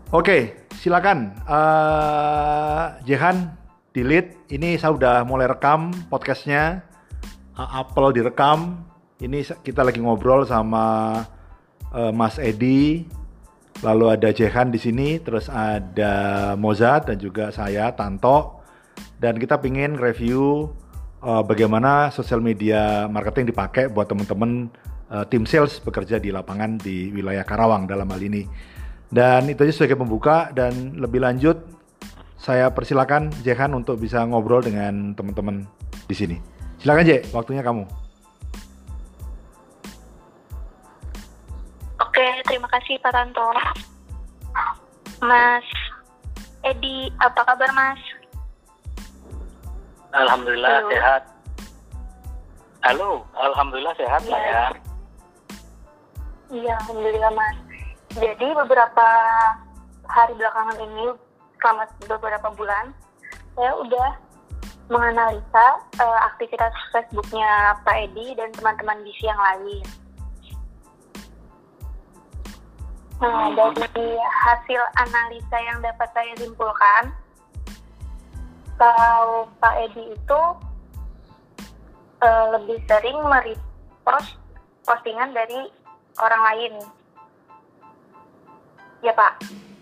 Oke, silakan. Jehan, delete. Ini saya udah mulai rekam podcastnya. Upload direkam. Ini kita lagi ngobrol sama Mas Edi. Lalu ada Jehan di sini, terus ada Mozart dan juga saya Tanto. Dan kita pingin review bagaimana sosial media marketing dipakai buat teman-teman tim sales bekerja di lapangan di wilayah Karawang dalam hal ini. Dan itu aja sebagai pembuka, dan lebih lanjut saya persilakan Jehan untuk bisa ngobrol dengan teman-teman di sini. Silakan Je, waktunya kamu. Oke, terima kasih Pak Tanto. Mas Edi, apa kabar Mas? Alhamdulillah. Halo. Sehat. Halo, alhamdulillah sehat lah ya. Iya, alhamdulillah Mas. Jadi beberapa hari belakangan ini, selama beberapa bulan, saya udah menganalisa aktivitas Facebooknya Pak Edi dan teman-teman BC yang lain. Nah, dari hasil analisa yang dapat saya simpulkan, kalau Pak Edi itu lebih sering merepost postingan dari orang lain. Ya Pak?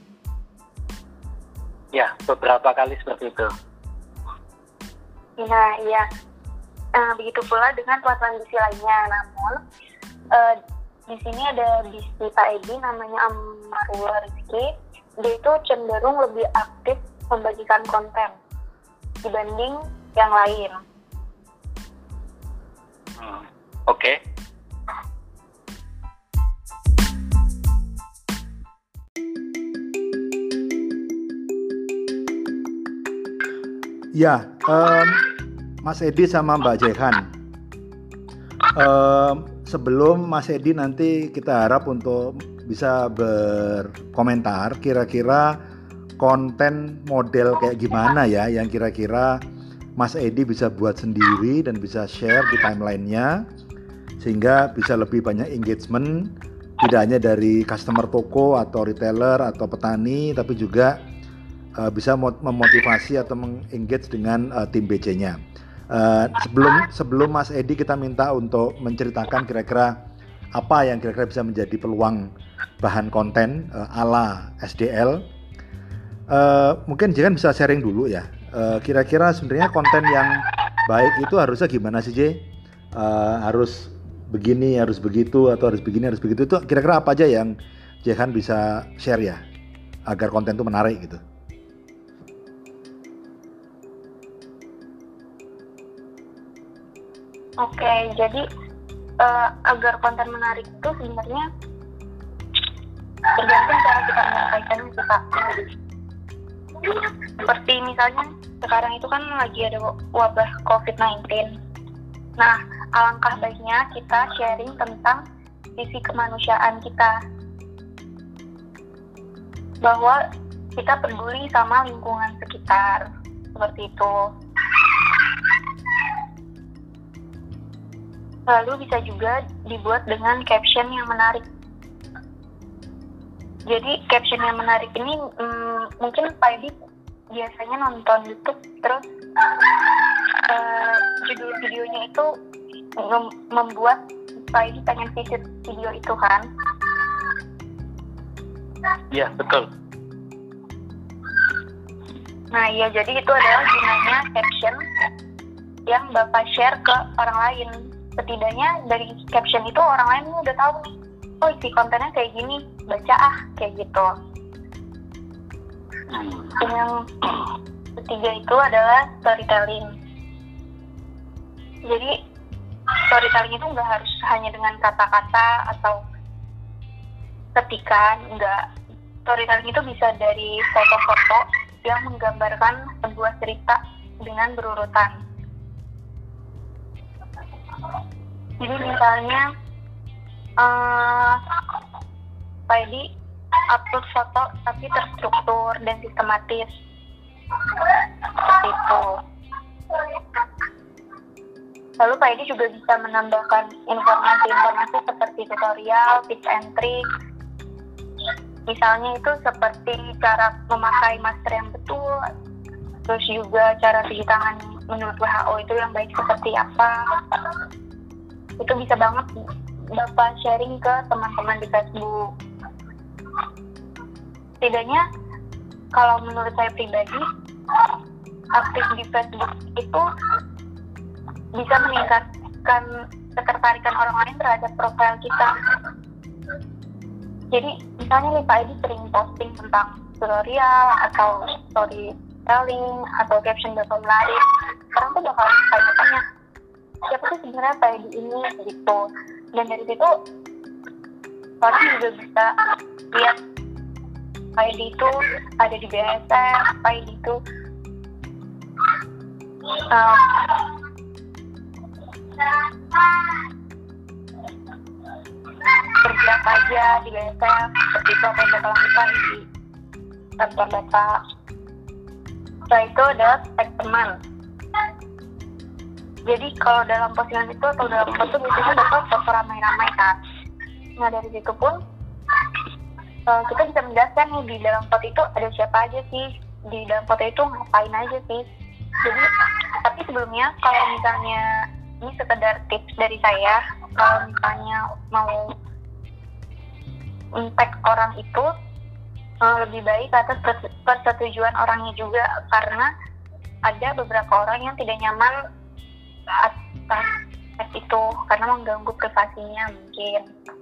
Ya, beberapa kali seperti itu. Nah, iya. Begitu pula dengan teman-teman BC lainnya. Namun, di sini ada BC Pak Edi namanya Amarullah Rizky. Dia itu cenderung lebih aktif membagikan konten dibanding yang lain. Oke. Ya, Mas Edi sama Mbak Jehan. Sebelum Mas Edi nanti kita harap untuk bisa berkomentar kira-kira konten model kayak gimana ya yang kira-kira Mas Edi bisa buat sendiri dan bisa share di timeline-nya sehingga bisa lebih banyak engagement, tidak hanya dari customer toko atau retailer atau petani, tapi juga bisa memotivasi atau mengengage dengan tim BC-nya. Sebelum Mas Edi kita minta untuk menceritakan kira-kira apa yang kira-kira bisa menjadi peluang bahan konten ala SDL. Mungkin jangan bisa sharing dulu ya. Kira-kira sebenarnya konten yang baik itu harusnya gimana sih J? Harus begini, harus begitu, atau harus begini, harus begitu. Itu kira-kira apa aja yang Jehan bisa share ya agar konten itu menarik gitu. Oke, jadi agar konten menarik itu sebenarnya tergantung cara kita menyampaikan sih Pak. Seperti misalnya sekarang itu kan lagi ada wabah COVID-19. Nah, alangkah baiknya kita sharing tentang sisi kemanusiaan kita, bahwa kita peduli sama lingkungan sekitar, seperti itu. Lalu bisa juga dibuat dengan caption yang menarik. Jadi caption yang menarik ini mungkin Pak Edi biasanya nonton YouTube, terus judul videonya itu membuat Pak Edi pengen visit video itu kan? Iya, betul. Nah iya, jadi itu adalah gunanya caption yang Bapak share ke orang lain. Setidaknya dari caption itu orang lain udah tahu nih, oh isi kontennya kayak gini, baca kayak gitu. Yang ketiga itu adalah storytelling. Jadi storytelling itu nggak harus hanya dengan kata-kata atau ketikan, enggak. Storytelling itu bisa dari foto-foto yang menggambarkan sebuah cerita dengan berurutan. Jadi misalnya Pak Edi upload foto tapi terstruktur dan sistematis, seperti itu. Lalu Pak Edi juga bisa menambahkan informasi-informasi seperti tutorial, tips and trick, Misalnya itu seperti cara memakai masker yang betul, terus juga cara cuci tangan menurut WHO itu yang baik seperti apa. Itu bisa banget Bapak sharing ke teman-teman di Facebook. Setidaknya kalau menurut saya pribadi, aktif di Facebook itu bisa meningkatkan ketertarikan orang lain terhadap profil kita. Jadi misalnya nih Pak Edi sering posting tentang tutorial atau storytelling atau caption Bapak menarik, orang tuh bakal tanya-tanya, siapa sih sebenarnya Pak Edi ini gitu. Dan dari situ orang juga bisa lihat Pak Edi itu ada di BSF, Pak Edi itu kerja apa aja di BSF, seperti itu apa yang Bapak lakukan di kantor Bapak. Setelah itu adalah tag teman. Jadi kalau dalam postingan itu atau dalam foto biasanya Bapak foto ramai-ramai kan. Nah dari situ pun kita bisa menjelaskan nih di dalam foto itu ada siapa aja sih, di dalam foto itu ngapain aja sih. Jadi tapi sebelumnya kalau misalnya ini sekedar tips dari saya, kalau misalnya mau tag orang itu lebih baik atas persetujuan orangnya juga, karena ada beberapa orang yang tidak nyaman atas tag itu karena mengganggu privasinya mungkin.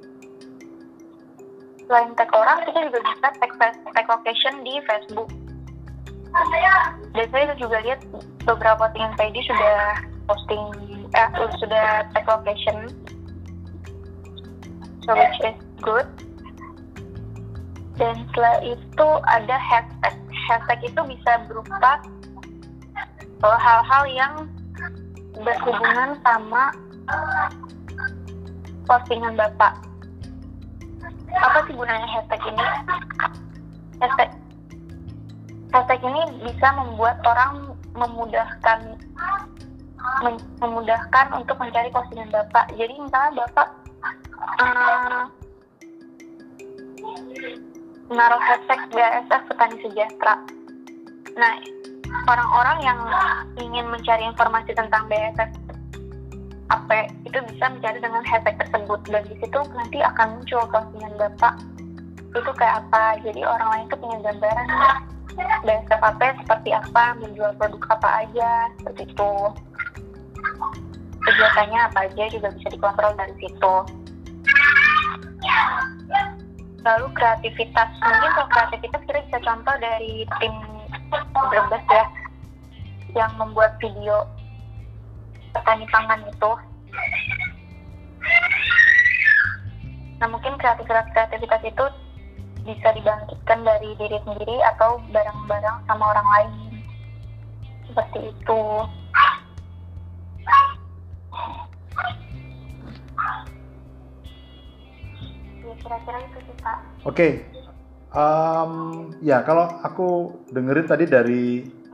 Selain tag orang, kita juga bisa tag location di Facebook. Dan saya juga lihat beberapa postingan Pak Edi sudah posting sudah tag location, so which is good. Dan setelah itu ada hashtag. Hashtag itu bisa berupa hal-hal yang berhubungan sama postingan Bapak. Apa sih gunanya hashtag ini? Hashtag ini bisa membuat orang memudahkan untuk mencari postingan Bapak. Jadi misalnya Bapak menaruh hashtag BASF Petani Sejahtera. Nah, orang-orang yang ingin mencari informasi tentang BASF apa itu bisa mencari dengan hashtag tersebut, dan di situ nanti akan muncul postingan Bapak itu kayak apa. Jadi orang lain tuh punya gambaran BASF apa seperti apa, menjual produk apa aja, seperti itu. Kegiatannya apa aja juga bisa dikontrol dari situ. Lalu kreativitas, mungkin kalau kreativitas kita bisa contoh dari tim Brebes ya, yang membuat video petani pangan itu. Nah mungkin kreativitas itu bisa dibangkitkan dari diri sendiri atau bareng-bareng sama orang lain, seperti itu. Ya kira-kira itu sih Pak. Oke. Ya kalau aku dengerin tadi dari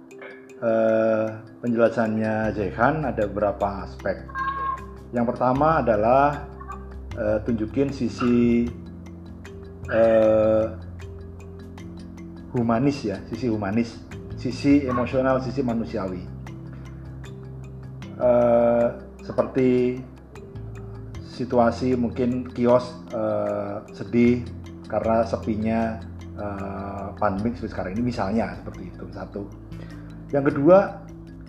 penjelasannya Jehan ada beberapa aspek. Yang pertama adalah tunjukin sisi humanis ya, sisi emosional, sisi manusiawi. Seperti situasi mungkin kios sedih karena sepinya pandemi sekarang ini misalnya, seperti itu satu. Yang kedua,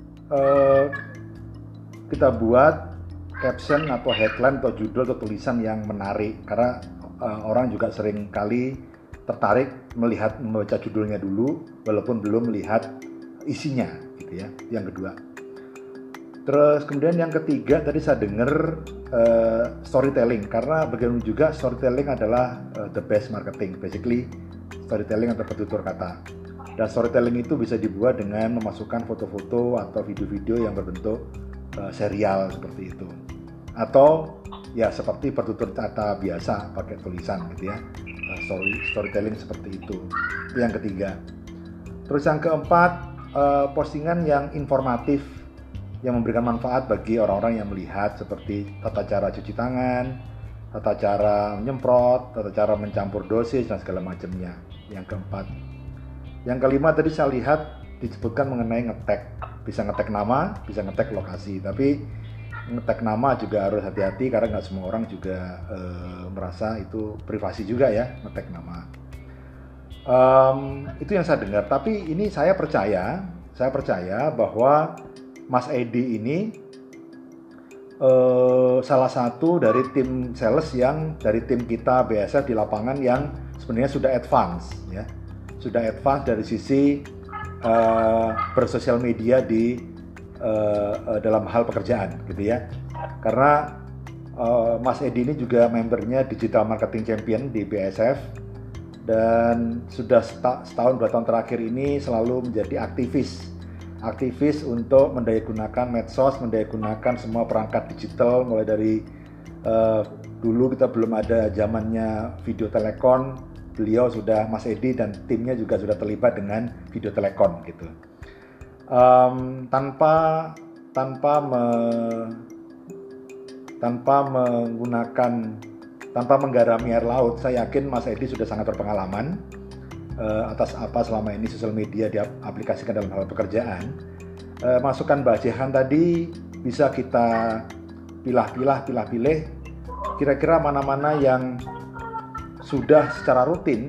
kita buat caption atau headline atau judul atau tulisan yang menarik, karena orang juga sering kali tertarik membaca judulnya dulu walaupun belum melihat isinya gitu ya. Yang kedua. Terus kemudian yang ketiga tadi saya dengar storytelling, karena bagaimanapun juga storytelling adalah the best marketing. Basically storytelling atau petutur kata. Dan storytelling itu bisa dibuat dengan memasukkan foto-foto atau video-video yang berbentuk serial seperti itu. Atau ya seperti petutur kata biasa pakai tulisan gitu ya. Storytelling seperti itu. Itu yang ketiga. Terus yang keempat, postingan yang informatif yang memberikan manfaat bagi orang-orang yang melihat, seperti tata cara cuci tangan, tata cara menyemprot, tata cara mencampur dosis dan segala macamnya. Yang keempat. Yang kelima tadi saya lihat disebutkan mengenai ngetek. Bisa ngetek nama, bisa ngetek lokasi. Tapi ngetek nama juga harus hati-hati karena nggak semua orang juga merasa itu privasi juga ya, ngetek nama. Itu yang saya dengar. Tapi ini saya percaya bahwa Mas Edi ini salah satu dari tim sales yang dari tim kita BSF di lapangan yang sebenarnya sudah advance ya, sudah advance dari sisi bersosial media di dalam hal pekerjaan gitu ya. Karena Mas Edi ini juga membernya Digital Marketing Champion di BSF dan sudah setahun 2 tahun terakhir ini selalu menjadi aktivis untuk mendayagunakan medsos, mendayagunakan semua perangkat digital, mulai dari dulu kita belum ada zamannya video telecom, beliau sudah, Mas Edi dan timnya juga sudah terlibat dengan video telecom gitu. Tanpa menggarami air laut, saya yakin Mas Edi sudah sangat berpengalaman atas apa selama ini sosial media diaplikasikan dalam hal pekerjaan. Masukan Mbak Jehan tadi bisa kita pilih kira-kira mana-mana yang sudah secara rutin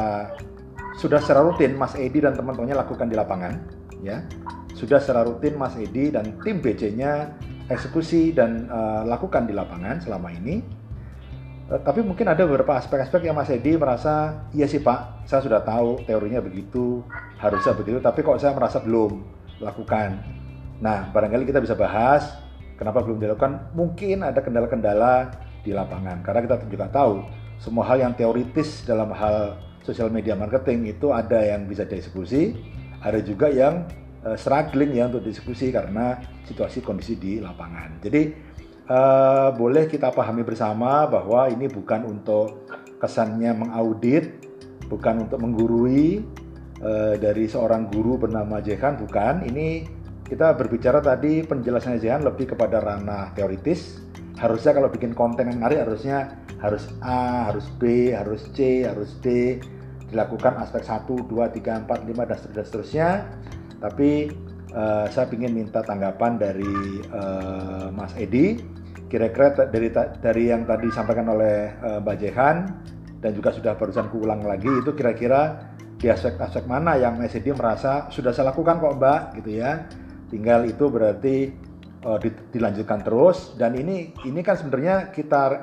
Mas Edi dan teman-temannya lakukan di lapangan ya. Sudah secara rutin Mas Edi dan tim BC-nya eksekusi dan lakukan di lapangan selama ini. Tapi mungkin ada beberapa aspek-aspek yang Mas Edi merasa, iya sih Pak, saya sudah tahu teorinya begitu, harusnya begitu, tapi kok saya merasa belum lakukan. Nah, barangkali kita bisa bahas kenapa belum dilakukan. Mungkin ada kendala-kendala di lapangan, karena kita juga tahu semua hal yang teoritis dalam hal social media marketing itu ada yang bisa dieksekusi, ada juga yang struggling ya untuk dieksekusi karena situasi kondisi di lapangan. Jadi boleh kita pahami bersama bahwa ini bukan untuk kesannya mengaudit, bukan untuk menggurui dari seorang guru bernama Jehan, bukan. Ini kita berbicara tadi penjelasannya Jehan lebih kepada ranah teoritis. Harusnya kalau bikin konten yang menarik harusnya harus A, harus B, harus C, harus D, dilakukan aspek 1, 2, 3, 4, 5 dan seterusnya. Tapi saya ingin minta tanggapan dari Mas Edi. Kira-kira dari yang tadi disampaikan oleh Mbak Jehan dan juga sudah barusan kuulang lagi, itu kira-kira di aspek-aspek mana yang Mas Edi merasa sudah saya lakukan kok Mbak gitu ya. Tinggal itu berarti dilanjutkan terus. Dan ini kan sebenarnya kita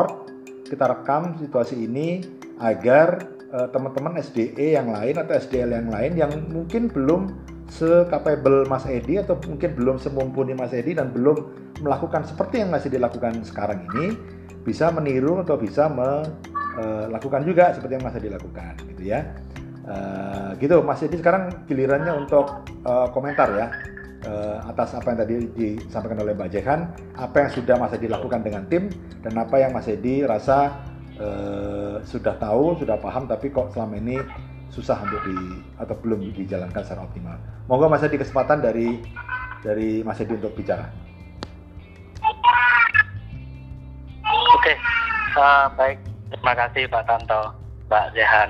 rekam situasi ini agar teman-teman SDE yang lain atau SDL yang lain yang mungkin belum se-capable Mas Edi atau mungkin belum semumpuni Mas Edi dan belum melakukan seperti yang Mas Edi lakukan sekarang ini, bisa meniru atau bisa melakukan juga seperti yang Mas Edi lakukan gitu ya. Gitu Mas Edi, sekarang gilirannya untuk komentar ya atas apa yang tadi disampaikan oleh Mbak Jehan, apa yang sudah Mas Edi lakukan dengan tim dan apa yang Mas Edi rasa sudah tahu, sudah paham tapi kok selama ini susah untuk atau belum dijalankan secara optimal. Monggo Mas Edi, kesempatan dari Mas Edi untuk bicara. Oke, baik, terima kasih Pak Tanto, Mbak Jehan.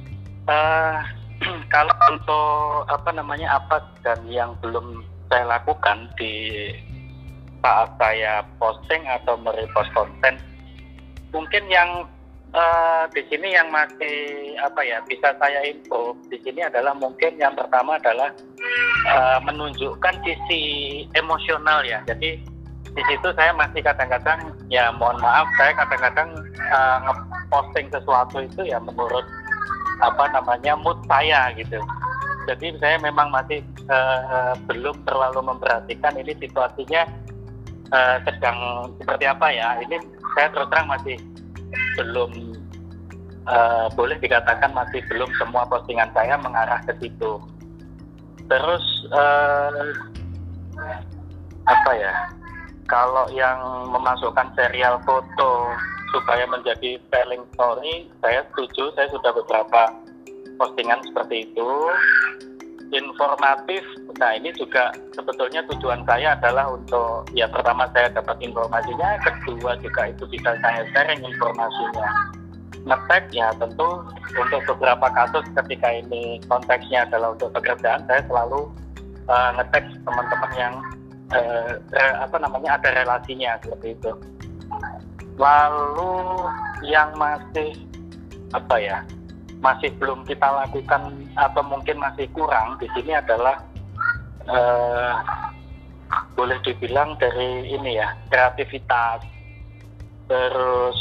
Kalau untuk apa dan yang belum saya lakukan di saat saya posting atau merepost konten, mungkin yang di sini yang masih bisa saya info di sini adalah mungkin yang pertama adalah menunjukkan sisi emosional ya. Jadi di situ saya masih kadang-kadang ya mohon maaf, saya kadang-kadang ngeposting sesuatu itu ya menurut mood saya gitu. Jadi saya memang masih belum terlalu memperhatikan ini situasinya sedang seperti apa ya. Ini saya terus terang masih belum boleh dikatakan masih belum semua postingan saya mengarah ke situ. Terus kalau yang memasukkan serial foto supaya menjadi telling story, saya setuju. Saya sudah beberapa postingan seperti itu. informatif. Nah, ini juga sebetulnya tujuan saya adalah untuk, ya pertama saya dapat informasinya, kedua juga itu bisa saya sharing informasinya. Ngetek ya tentu untuk beberapa kasus ketika ini konteksnya adalah untuk pekerjaan, saya selalu ngetek teman-teman yang ada relasinya seperti itu. Lalu yang masih belum kita lakukan atau mungkin masih kurang di sini adalah boleh dibilang dari ini ya, kreativitas, terus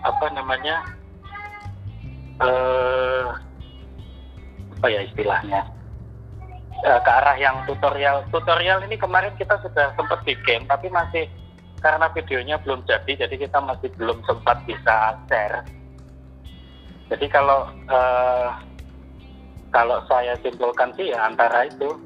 istilahnya ke arah yang tutorial ini kemarin kita sudah sempat bikin, tapi masih karena videonya belum jadi kita masih belum sempat bisa share. Jadi kalau saya simpulkan sih ya antara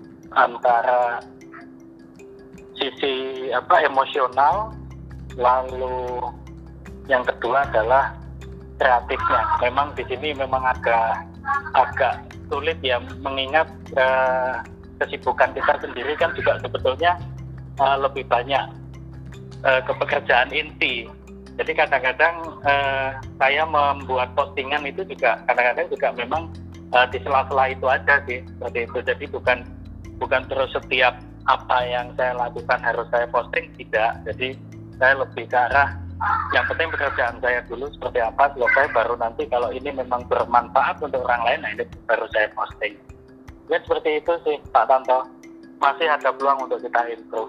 sisi emosional, lalu yang kedua adalah kreatifnya. Memang di sini memang agak sulit ya, mengingat kesibukan kita sendiri kan juga sebetulnya lebih banyak ke pekerjaan inti. Jadi kadang-kadang saya membuat postingan itu juga kadang-kadang juga memang di sela-sela itu aja sih, seperti itu. Jadi bukan terus setiap apa yang saya lakukan harus saya posting, tidak. Jadi saya lebih ke arah yang penting pekerjaan saya dulu seperti apa, selesai baru nanti kalau ini memang bermanfaat untuk orang lain, nah ini baru saya posting. Ya seperti itu sih Pak Tanto. Masih ada peluang untuk kita improve.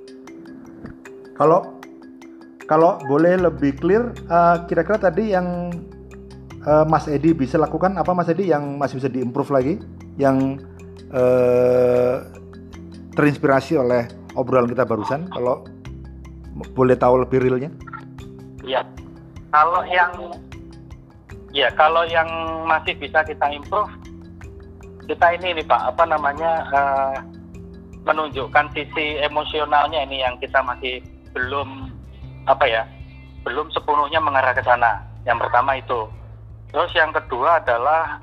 Kalau boleh lebih clear, kira-kira tadi yang Mas Edi bisa lakukan apa, Mas Edi, yang masih bisa diimprove lagi, yang terinspirasi oleh obrolan kita barusan, kalau boleh tahu lebih realnya? Ya, kalau yang masih bisa kita improve, kita ini Pak, menunjukkan sisi emosionalnya ini yang kita masih belum sepenuhnya mengarah ke sana. Yang pertama itu. Terus yang kedua adalah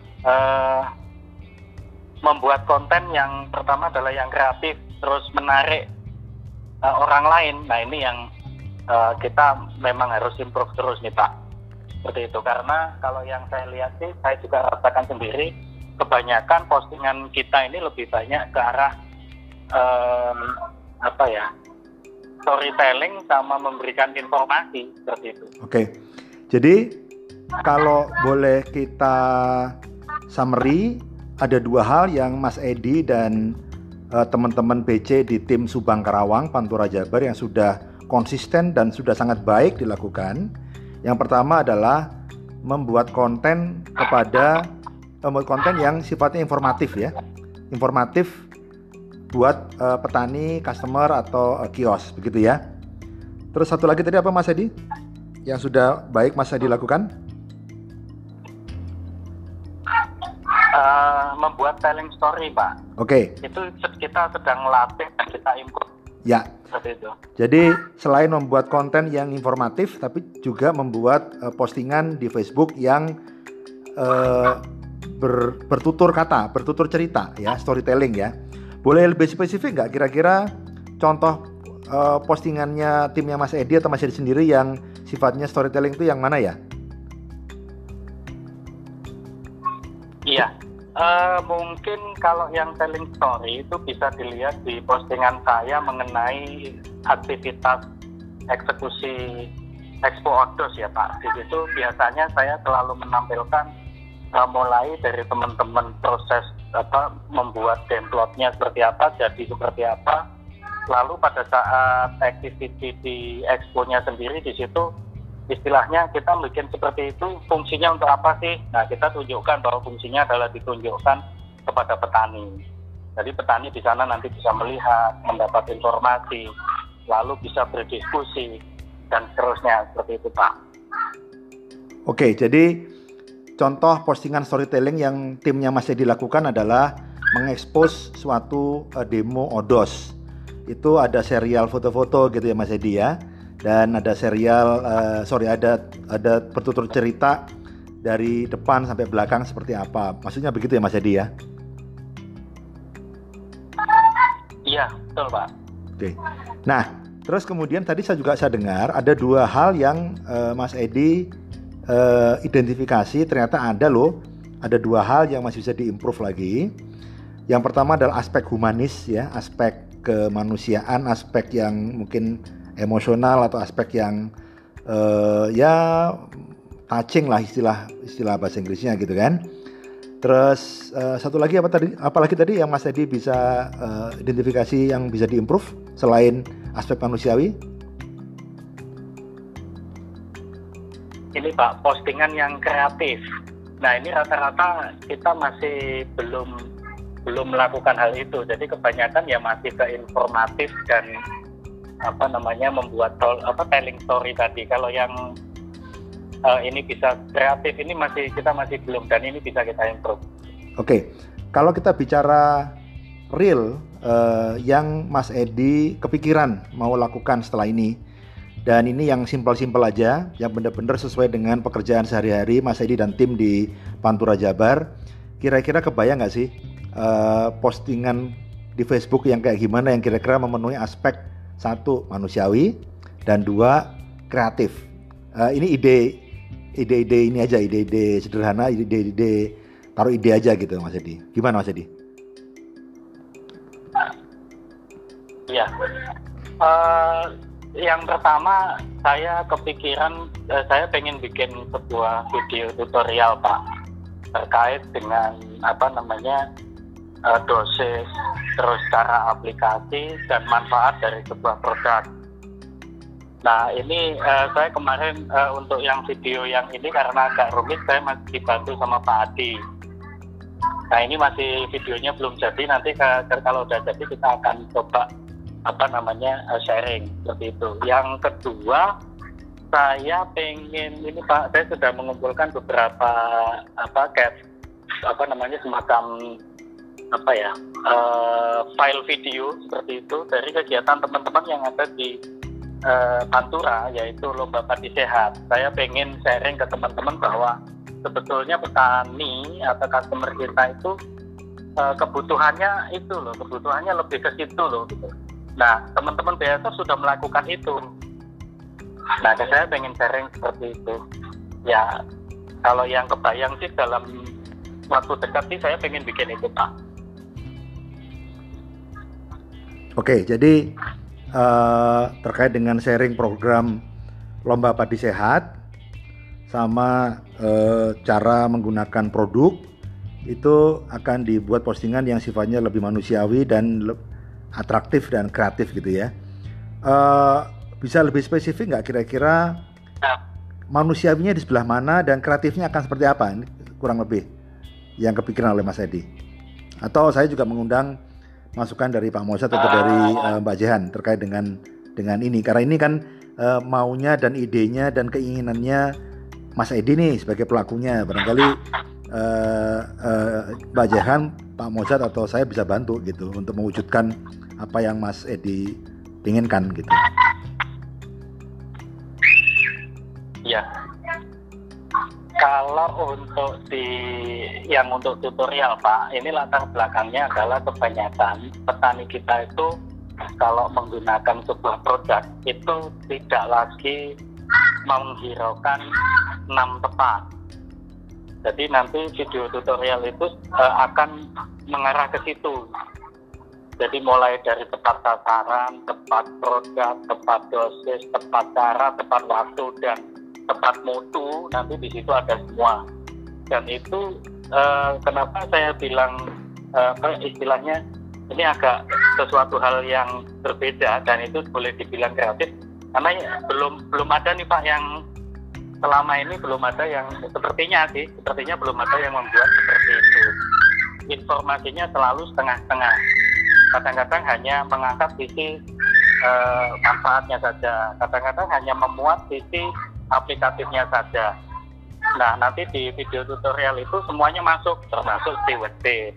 membuat konten yang pertama adalah yang kreatif, terus menarik orang lain. Nah ini yang kita memang harus improve terus nih Pak. Seperti itu, karena kalau yang saya lihat sih, saya juga rasakan sendiri, kebanyakan postingan kita ini lebih banyak ke arah storytelling sama memberikan informasi, seperti itu. Oke, jadi kalau boleh kita summary, ada dua hal yang Mas Edi dan teman-teman BC di tim Subang Karawang, Pantura Jabar yang sudah konsisten dan sudah sangat baik dilakukan. Yang pertama adalah membuat konten yang sifatnya informatif ya, informatif buat petani, customer atau kios, begitu ya. Terus satu lagi tadi apa Mas Edi yang sudah baik Mas Edi lakukan? Membuat telling story Pak. Oke. Itu kita sedang latih dan kita improve. Ya. Seperti itu. Jadi selain membuat konten yang informatif, tapi juga membuat postingan di Facebook yang bertutur kata, bertutur cerita ya, storytelling ya. Boleh lebih spesifik nggak kira-kira contoh postingannya timnya Mas Edi atau Mas Edi sendiri yang sifatnya storytelling itu yang mana ya? Iya. Mungkin kalau yang telling story itu bisa dilihat di postingan saya mengenai aktivitas eksekusi Expo Odos ya Pak. Di situ biasanya saya selalu menampilkan mulai dari teman-teman proses membuat template-nya seperti apa, jadi seperti apa. Lalu pada saat activity di expo-nya sendiri, di situ istilahnya kita bikin seperti itu, fungsinya untuk apa sih? Nah, kita tunjukkan bahwa fungsinya adalah ditunjukkan kepada petani. Jadi petani di sana nanti bisa melihat, mendapat informasi, lalu bisa berdiskusi, dan seterusnya, seperti itu Pak. Oke, jadi contoh postingan storytelling yang timnya Mas Edi lakukan adalah mengekspos suatu demo Odos. Itu ada serial foto-foto gitu ya Mas Edi ya. Dan ada serial, ada bertutur cerita dari depan sampai belakang seperti apa. Maksudnya begitu ya Mas Edi ya? Iya, betul Pak. Oke. Nah, terus kemudian tadi saya dengar ada dua hal yang Mas Edi identifikasi, ternyata ada dua hal yang masih bisa diimprove lagi. Yang pertama adalah aspek humanis ya, aspek kemanusiaan, aspek yang mungkin emosional atau aspek yang ya touching lah istilah bahasa Inggrisnya gitu kan. Terus satu lagi apalagi tadi yang Mas Edi bisa identifikasi yang bisa diimprove selain aspek manusiawi? Ini Pak, postingan yang kreatif. Nah, ini rata-rata kita masih belum melakukan hal itu. Jadi kebanyakan ya masih ke informatif dan membuat telling story tadi. Kalau yang ini bisa kreatif, ini kita masih belum, dan ini bisa kita improve. Oke. Kalau kita bicara real yang Mas Edi kepikiran mau lakukan setelah ini, dan ini yang simpel-simpel aja, yang benar-benar sesuai dengan pekerjaan sehari-hari Mas Edi dan tim di Pantura Jabar. Kira-kira kebayang nggak sih postingan di Facebook yang kayak gimana yang kira-kira memenuhi aspek satu manusiawi dan dua kreatif? Ini ide-ide ini aja, ide-ide sederhana, ide-ide taruh ide aja gitu Mas Edi. Gimana Mas Edi? Iya. Yang pertama saya kepikiran saya pengen bikin sebuah video tutorial Pak terkait dengan dosis, terus cara aplikasi dan manfaat dari sebuah produk. Nah ini saya kemarin untuk yang video yang ini karena agak rumit, saya masih dibantu sama Pak Adi. Nah ini masih videonya belum jadi, nanti kalau udah jadi kita akan coba sharing seperti itu. Yang kedua, saya pengen ini Pak, saya sudah mengumpulkan beberapa semacam file video seperti itu dari kegiatan teman-teman yang ada di Pantura, yaitu Lomba Padi Sehat. Saya pengen sharing ke teman-teman bahwa sebetulnya petani atau customer kita itu kebutuhannya lebih ke situ loh gitu. Nah, teman-teman BASF sudah melakukan itu. Nah, saya pengen sharing seperti itu. Ya, kalau yang kebayang sih dalam waktu dekat sih saya pengen bikin itu, Pak. Oke, jadi terkait dengan sharing program Lomba Padi Sehat sama cara menggunakan produk itu akan dibuat postingan yang sifatnya lebih manusiawi dan atraktif dan kreatif gitu ya. Bisa lebih spesifik nggak kira-kira manusiawinya di sebelah mana dan kreatifnya akan seperti apa? Ini kurang lebih yang kepikiran oleh Mas Edi. Atau saya juga mengundang masukan dari Pak Mosat atau dari Mbak Jehan terkait dengan ini, karena ini kan maunya dan idenya dan keinginannya Mas Edi nih sebagai pelakunya. Barangkali Mbak Jehan, Pak Mosat atau saya bisa bantu gitu untuk mewujudkan apa yang Mas Edi inginkan gitu. Ya, kalau untuk untuk tutorial Pak, ini latar belakangnya adalah kebanyakan petani kita itu kalau menggunakan sebuah produk itu tidak lagi menghiraukan 6 tepat. Jadi nanti video tutorial itu akan mengarah ke situ. Jadi mulai dari tepat sasaran, tepat produk, tepat dosis, tepat cara, tepat waktu, dan tepat mutu, nanti di situ ada semua. Dan itu kenapa saya bilang istilahnya ini agak sesuatu hal yang berbeda dan itu boleh dibilang kreatif karena belum ada nih Pak yang selama ini belum ada yang sepertinya belum ada yang membuat seperti itu. Informasinya selalu setengah-setengah. Kadang-kadang hanya mengangkat sisi manfaatnya saja, kadang-kadang hanya memuat sisi aplikatifnya saja. Nah, nanti di video tutorial itu semuanya masuk, termasuk stewardship.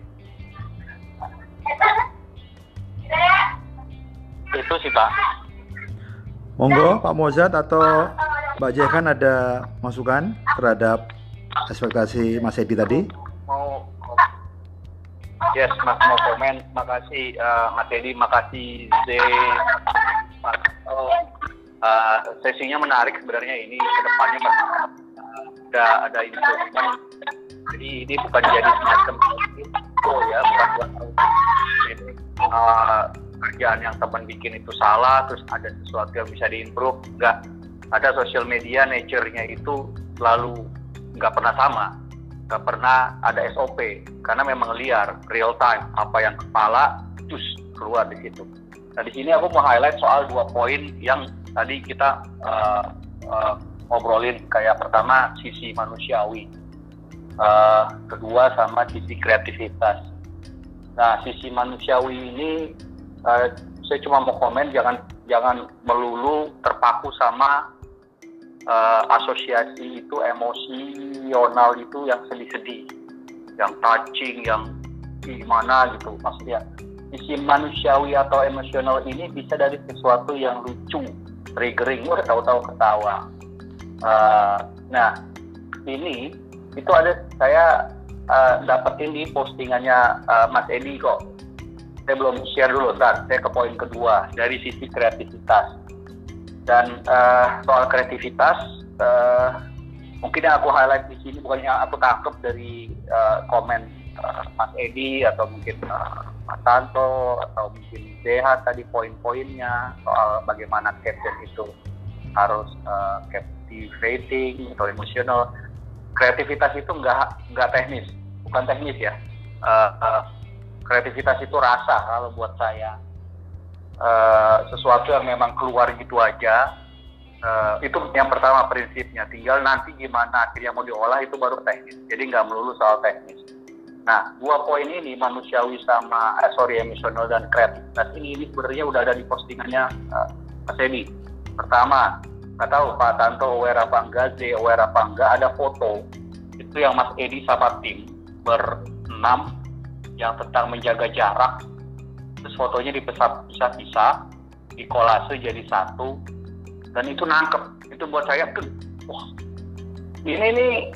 Itu sih Pak. Monggo Pak Mozat atau Mbak Jehan ada masukan terhadap ekspektasi Mas Edi tadi? Yes, Mas mau komen. Makasih Mas Edi, makasih Z. Sesinya menarik sebenarnya ini kedepannya ada improvement. Jadi ini bukan jadi semacam ya, bukan buat ini kerjaan yang teman bikin itu salah, terus ada sesuatu yang bisa diimprove. Enggak, ada social media nature-nya itu selalu nggak pernah sama. Nggak pernah ada SOP karena memang liar, real time, apa yang kepala terus keluar di situ. Nah di sini aku mau highlight soal 2 poin yang tadi kita ngobrolin, kayak pertama sisi manusiawi, kedua sama sisi kreativitas. Nah sisi manusiawi ini saya cuma mau komen, jangan melulu terpaku sama asosiasi itu emosional itu yang sedih-sedih, yang touching, yang gimana gitu. Maksudnya sisi manusiawi atau emosional ini bisa dari sesuatu yang lucu, triggering, tahu-tahu ketawa. Nah ini itu ada saya dapetin di postingannya Mas Edi kok. Saya belum share dulu, ntar saya ke poin kedua dari sisi kreativitas. Dan soal kreativitas, mungkin yang aku highlight di sini bukan yang aku tangkap dari komen Mas Edi atau mungkin Mas Tanto atau mungkin DH tadi poin-poinnya soal bagaimana caption itu harus captivating atau emosional. Kreativitas itu nggak teknis, bukan teknis ya. Kreativitas itu rasa kalau buat saya. Sesuatu yang memang keluar gitu aja, itu yang pertama prinsipnya. Tinggal nanti gimana akhirnya mau diolah itu baru teknis, jadi nggak melulu soal teknis. Nah 2 poin ini, manusiawi sama emosional dan kreativitas ini sebenarnya udah ada di postingannya Mas Edi. Pertama, nggak tahu Pak Tanto aware apa enggak, Z aware apa enggak, ada foto itu yang Mas Edi sama tim ber-6 yang tentang menjaga jarak. Terus fotonya dipisah-pisah, dikolase jadi satu, dan itu nangkep. Itu buat saya, wah, ini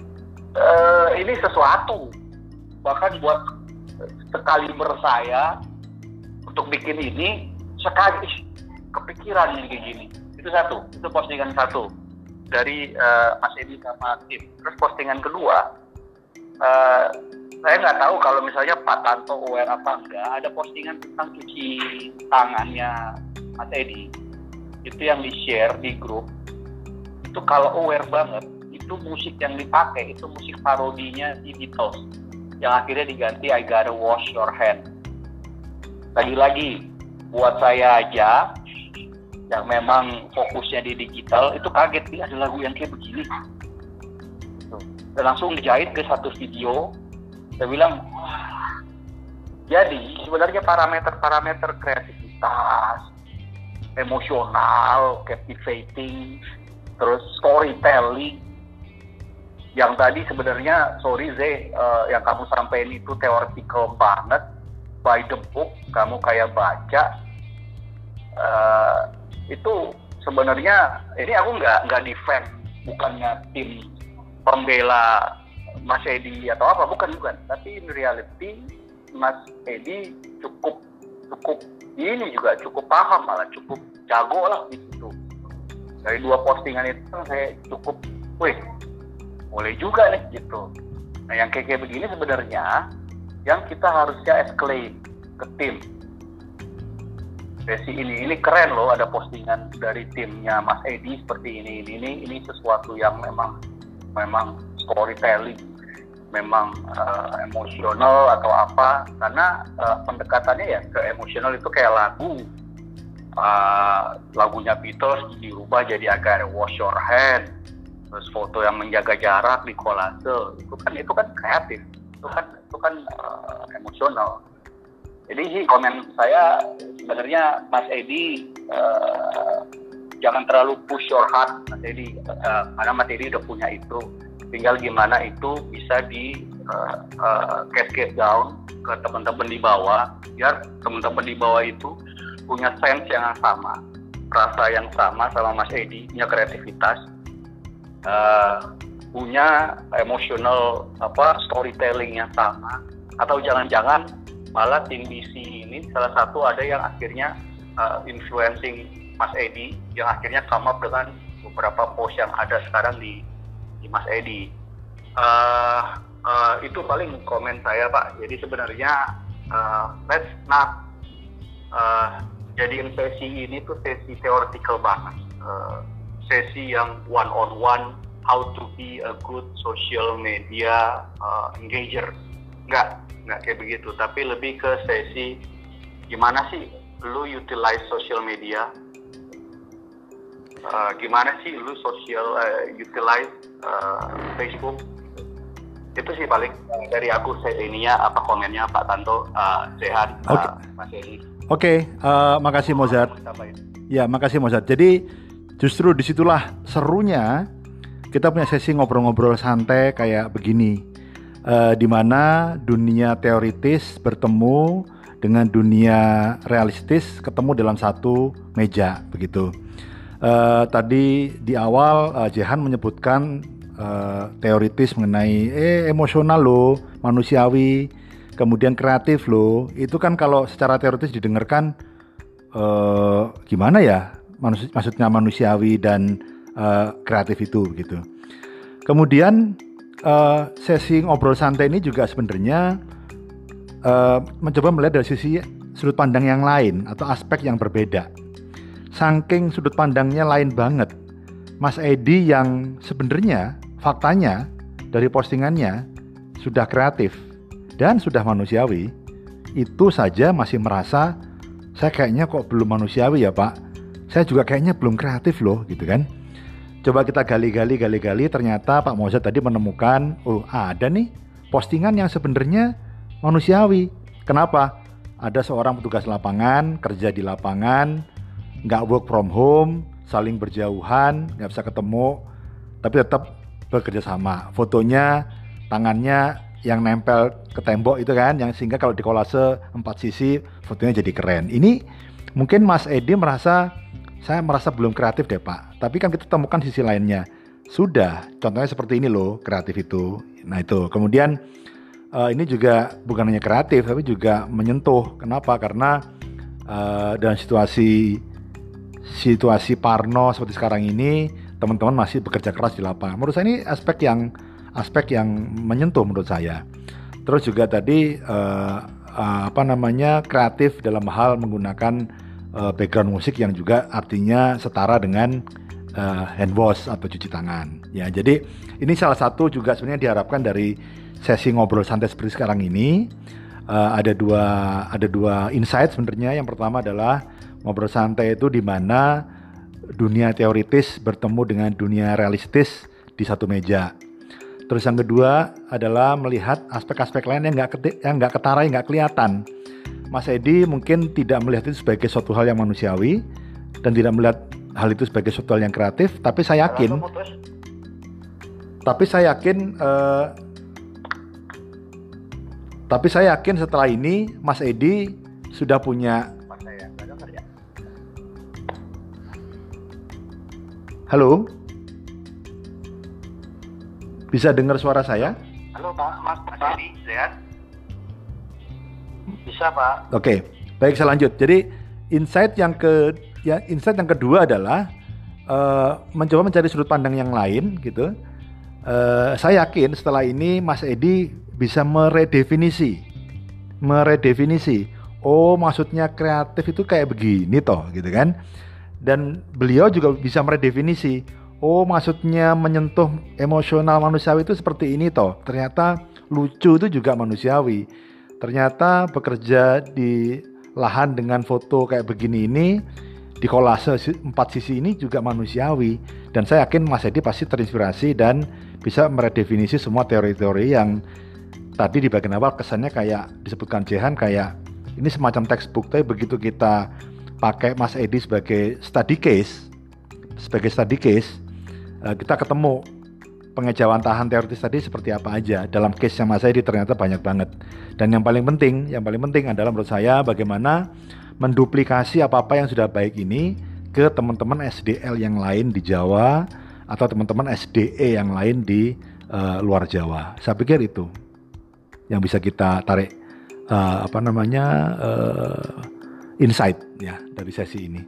sesuatu. Bahkan buat sekali saya untuk bikin ini, sekali kepikiran ini kayak gini. Itu satu, itu postingan satu dari Mas Edi sama tim. Terus postingan kedua, saya nggak tahu kalau misalnya Pak Tanto aware apa enggak, ada postingan tentang cuci tangannya Mas Edi itu yang di-share di grup. Itu kalau aware banget, itu musik yang dipakai itu musik parodinya di Beatles yang akhirnya diganti I Gotta Wash Your Hand. Lagi-lagi buat saya aja yang memang fokusnya di digital itu kaget nih ada lagu yang kayak begini, dan langsung dijahit ke satu video. Saya bilang, jadi sebenarnya parameter kreativitas, emosional, captivating, terus storytelling, yang tadi sebenarnya, sorry Z, yang kamu sampaikan itu theoretical banget, by the book, kamu kayak baca, itu sebenarnya, ini aku nggak defend, bukannya tim pembela Mas Edi atau apa, bukan, tapi in reality Mas Edi cukup ini juga cukup paham, malah cukup jago lah di situ. Dari 2 postingan itu saya cukup, boleh juga nih gitu. Nah yang kayak begini sebenarnya yang kita harusnya escalate ke tim. Sesi ini keren loh, ada postingan dari timnya Mas Edi seperti ini sesuatu yang memang storytelling, memang emosional atau apa, karena pendekatannya ya ke emosional itu kayak lagunya Beatles dirubah jadi I Gotta Wash Your Hand, terus foto yang menjaga jarak di kolase, itu kan kreatif, itu kan emosional. Jadi sih komen saya sebenarnya Mas Edi jangan terlalu push your heart Mas Edi, karena Mas Edi udah punya itu. Tinggal gimana itu bisa di cascade down ke teman-teman di bawah, biar teman-teman di bawah itu punya sense yang sama, rasa yang sama Mas Edi, punya kreativitas, punya emotional storytelling yang sama, atau jangan-jangan Malah tim BC ini salah satu ada yang akhirnya influencing Mas Edi, yang akhirnya come up dengan beberapa post yang ada sekarang di Mas Edi. Itu paling komen saya, Pak. Jadi sebenarnya let's not jadiin sesi ini tuh sesi theoretical banget, sesi yang one on one, how to be a good social media engager. Enggak kayak begitu, tapi lebih ke sesi gimana sih lu utilize social media, gimana sih lu utilize Facebook. Itu sih paling dari aku ininya, apa komennya Pak Tanto, Zehan, Mas Edi. Oke, makasih Mozart. Ya, makasih Mozart. Jadi justru disitulah serunya kita punya sesi ngobrol-ngobrol santai kayak begini, di mana dunia teoritis bertemu dengan dunia realistis ketemu dalam satu meja begitu. Tadi di awal Jehan menyebutkan teoritis mengenai emosional loh, manusiawi, kemudian kreatif loh. Itu kan kalau secara teoritis didengarkan gimana ya, maksudnya manusiawi dan kreatif itu gitu. Kemudian sesi ngobrol santai ini juga sebenarnya mencoba melihat dari sisi sudut pandang yang lain atau aspek yang berbeda. Saking sudut pandangnya lain banget, Mas Edi yang sebenarnya faktanya dari postingannya sudah kreatif dan sudah manusiawi, itu saja masih merasa saya kayaknya kok belum manusiawi ya Pak, saya juga kayaknya belum kreatif loh gitu kan. Coba kita gali-gali, ternyata Pak Mozart tadi menemukan, oh ada nih postingan yang sebenarnya manusiawi. Kenapa? Ada seorang petugas lapangan, kerja di lapangan, nggak work from home, saling berjauhan, nggak bisa ketemu, tapi tetap bekerja sama. Fotonya, tangannya yang nempel ke tembok itu kan, yang sehingga kalau dikolase 4 sisi, fotonya jadi keren. Ini mungkin Mas Edi merasa, saya merasa belum kreatif deh Pak. Tapi kan kita temukan sisi lainnya. Sudah, contohnya seperti ini loh, kreatif itu. Nah itu, kemudian ini juga bukan hanya kreatif, tapi juga menyentuh. Kenapa? Karena dalam situasi parno seperti sekarang ini, teman-teman masih bekerja keras di lapangan. Menurut saya ini aspek yang menyentuh menurut saya. Terus juga tadi kreatif dalam hal menggunakan background musik yang juga artinya setara dengan hand wash atau cuci tangan. Ya, jadi ini salah satu juga sebenarnya diharapkan dari sesi ngobrol santai seperti sekarang ini. Ada dua insight sebenarnya. Yang pertama adalah ngobrol santai itu di mana dunia teoritis bertemu dengan dunia realistis di satu meja. Terus yang kedua adalah melihat aspek-aspek lain yang nggak ketara, yang nggak kelihatan. Mas Edi mungkin tidak melihat itu sebagai suatu hal yang manusiawi dan tidak melihat hal itu sebagai suatu hal yang kreatif. Tapi saya yakin setelah ini Mas Edi sudah punya. Halo, bisa dengar suara saya? Halo Pak, Mas Edi, sehat? Bisa Pak. Oke, baik, saya lanjut. Jadi insight yang kedua adalah mencoba mencari sudut pandang yang lain gitu. Saya yakin setelah ini Mas Edi bisa meredefinisi. Oh, maksudnya kreatif itu kayak begini toh, gitu kan? Dan beliau juga bisa meredefinisi. Oh, maksudnya menyentuh emosional manusiawi itu seperti ini toh. Ternyata lucu itu juga manusiawi. Ternyata bekerja di lahan dengan foto kayak begini ini, di kolase 4 sisi ini juga manusiawi. Dan saya yakin Mas Edi pasti terinspirasi dan bisa meredefinisi semua teori-teori yang tadi di bagian awal kesannya kayak disebutkan Jehan kayak ini semacam textbook. Tapi begitu kita pakai Mas Edi sebagai study case, kita ketemu pengejawantahan teoritis tadi seperti apa aja. Dalam case-nya Mas Edi ternyata banyak banget. Dan yang paling penting adalah menurut saya bagaimana menduplikasi apa-apa yang sudah baik ini ke teman-teman SDL yang lain di Jawa atau teman-teman SDE yang lain di luar Jawa. Saya pikir itu yang bisa kita tarik insight ya dari sesi ini.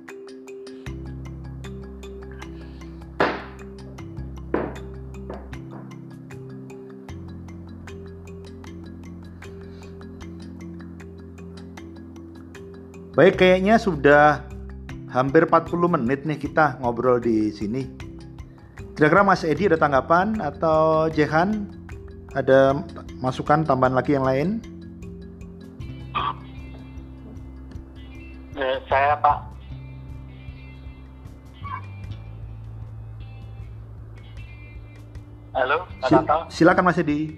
Baik, kayaknya sudah hampir 40 menit nih kita ngobrol di sini. Kira-kira Mas Edi ada tanggapan atau Jehan ada masukan tambahan lagi yang lain? Saya Pak. Halo, Pak Tanto. Silakan Mas Edi.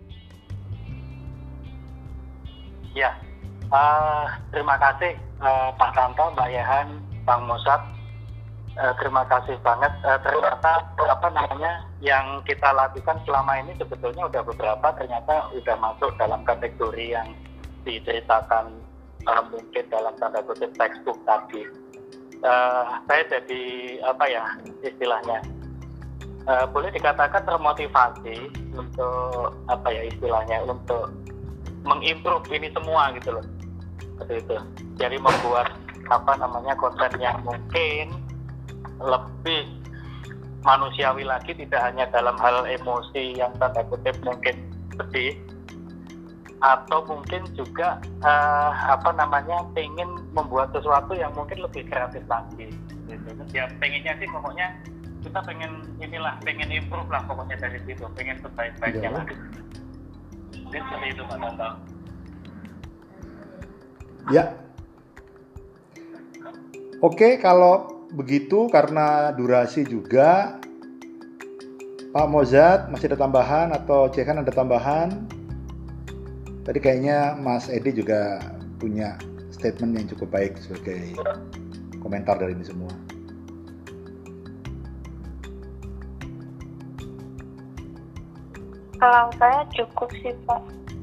Ya, terima kasih Pak Tanto, Mbak Yehan, Bang Musab. Terima kasih banget. Ternyata yang kita lakukan selama ini sebetulnya udah beberapa ternyata udah masuk dalam kategori yang diceritakan mungkin dalam tanda kutip textbook tadi. Saya jadi istilahnya boleh dikatakan termotivasi untuk untuk mengimprove ini semua gitu loh, seperti itu. Jadi membuat konten yang mungkin lebih manusiawi lagi, tidak hanya dalam hal emosi yang tanda kutip mungkin sedih, atau mungkin juga pengen membuat sesuatu yang mungkin lebih kreatif lagi gitu. Ya pengennya sih pokoknya kita pengen improve lah pokoknya dari situ, pengen sebaik-baiknya lah. Jadi seperti itu Pak Tanto. Ya. Oke, kalau begitu karena durasi juga, Pak Mozat masih ada tambahan atau Jehan ada tambahan? Tadi kayaknya Mas Edi juga punya statement yang cukup baik sebagai komentar dari ini semua. Kalau saya cukup sih Pak.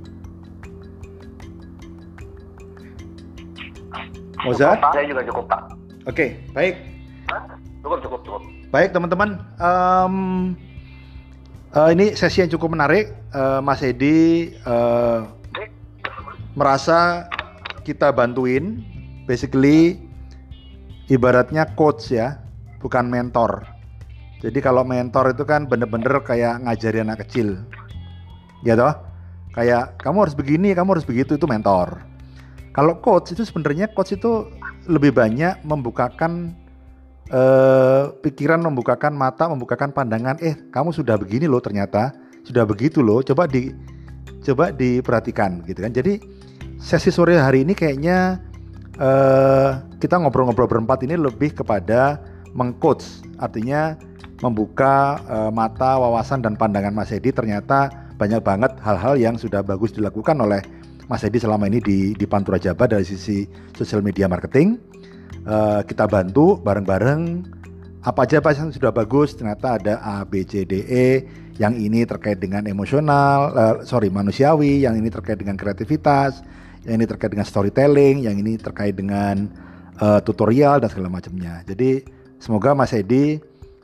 Mozat? Saya juga cukup Pak. Oke, baik. Cukup. Baik teman-teman, ini sesi yang cukup menarik. Mas Edi merasa kita bantuin, basically ibaratnya coach ya, bukan mentor. Jadi kalau mentor itu kan bener-bener kayak ngajari anak kecil, ya toh? Kayak kamu harus begini, kamu harus begitu, itu mentor. Kalau coach itu sebenarnya coach itu lebih banyak membukakan pikiran, membukakan mata, membukakan pandangan. Kamu sudah begini loh, ternyata sudah begitu loh. Coba diperhatikan gitu kan. Jadi sesi sore hari ini kayaknya kita ngobrol-ngobrol berempat ini lebih kepada mengcoach, artinya membuka mata, wawasan dan pandangan Mas Edi. Ternyata banyak banget hal-hal yang sudah bagus dilakukan oleh Mas Edi selama ini di Pantura Jabar dari sisi social media marketing. Kita bantu bareng-bareng apa aja Pak yang sudah bagus. Ternyata ada A, B, C, D, E. Yang ini terkait dengan manusiawi. Yang ini terkait dengan kreativitas. Yang ini terkait dengan storytelling. Yang ini terkait dengan tutorial dan segala macamnya. Jadi semoga Mas Edi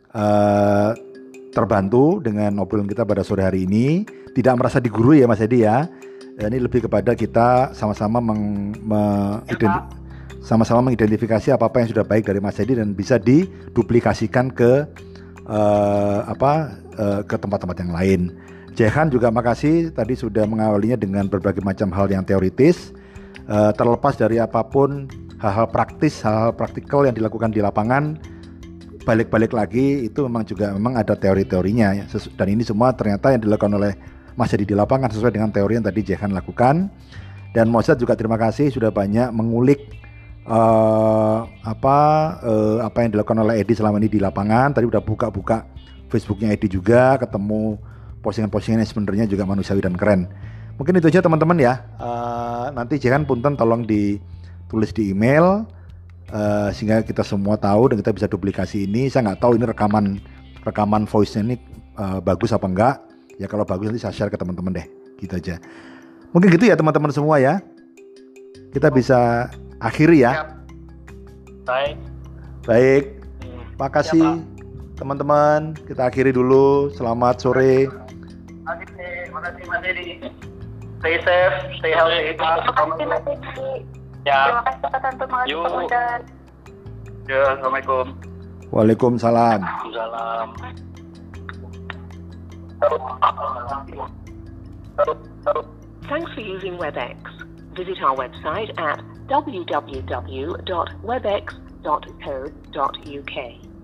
terbantu dengan obrolan kita pada sore hari ini. Tidak merasa digurui ya Mas Edi ya. Ini lebih kepada kita sama-sama sama-sama mengidentifikasi apa-apa yang sudah baik dari Mas Edi dan bisa diduplikasikan ke tempat-tempat yang lain. Jehan juga makasih tadi sudah mengawalinya dengan berbagai macam hal yang teoritis. Terlepas dari apapun hal-hal praktikal yang dilakukan di lapangan, balik-balik lagi itu memang ada teori-teorinya ya. Dan ini semua ternyata yang dilakukan oleh Mas Edi di lapangan sesuai dengan teori yang tadi Jehan lakukan. Dan Mozat juga terima kasih sudah banyak mengulik apa yang dilakukan oleh Edi selama ini di lapangan. Tadi udah buka-buka Facebooknya Edi juga, ketemu postingan-postingan yang sebenarnya juga manusiawi dan keren. Mungkin itu aja teman-teman ya. Nanti Jehan punten tolong ditulis di email sehingga kita semua tahu dan kita bisa duplikasi ini. Saya nggak tahu ini rekaman voice-nya ini bagus apa enggak. Ya kalau bagus nanti saya share ke teman-teman deh. Gitu aja. Mungkin gitu ya teman-teman semua ya. Kita bisa akhiri ya. Baik. Makasih teman-teman. Kita akhiri dulu. Selamat sore. Makasih Mas Edi. Stay safe, stay healthy. Terima kasih Mas Edi. Ya. Terima kasih Pak Tanto, terima kasih Pak Bondan. Ya, assalamualaikum. Waalaikumsalam. Salam. Thanks for using WebEx. Visit our website at www.webex.co.uk.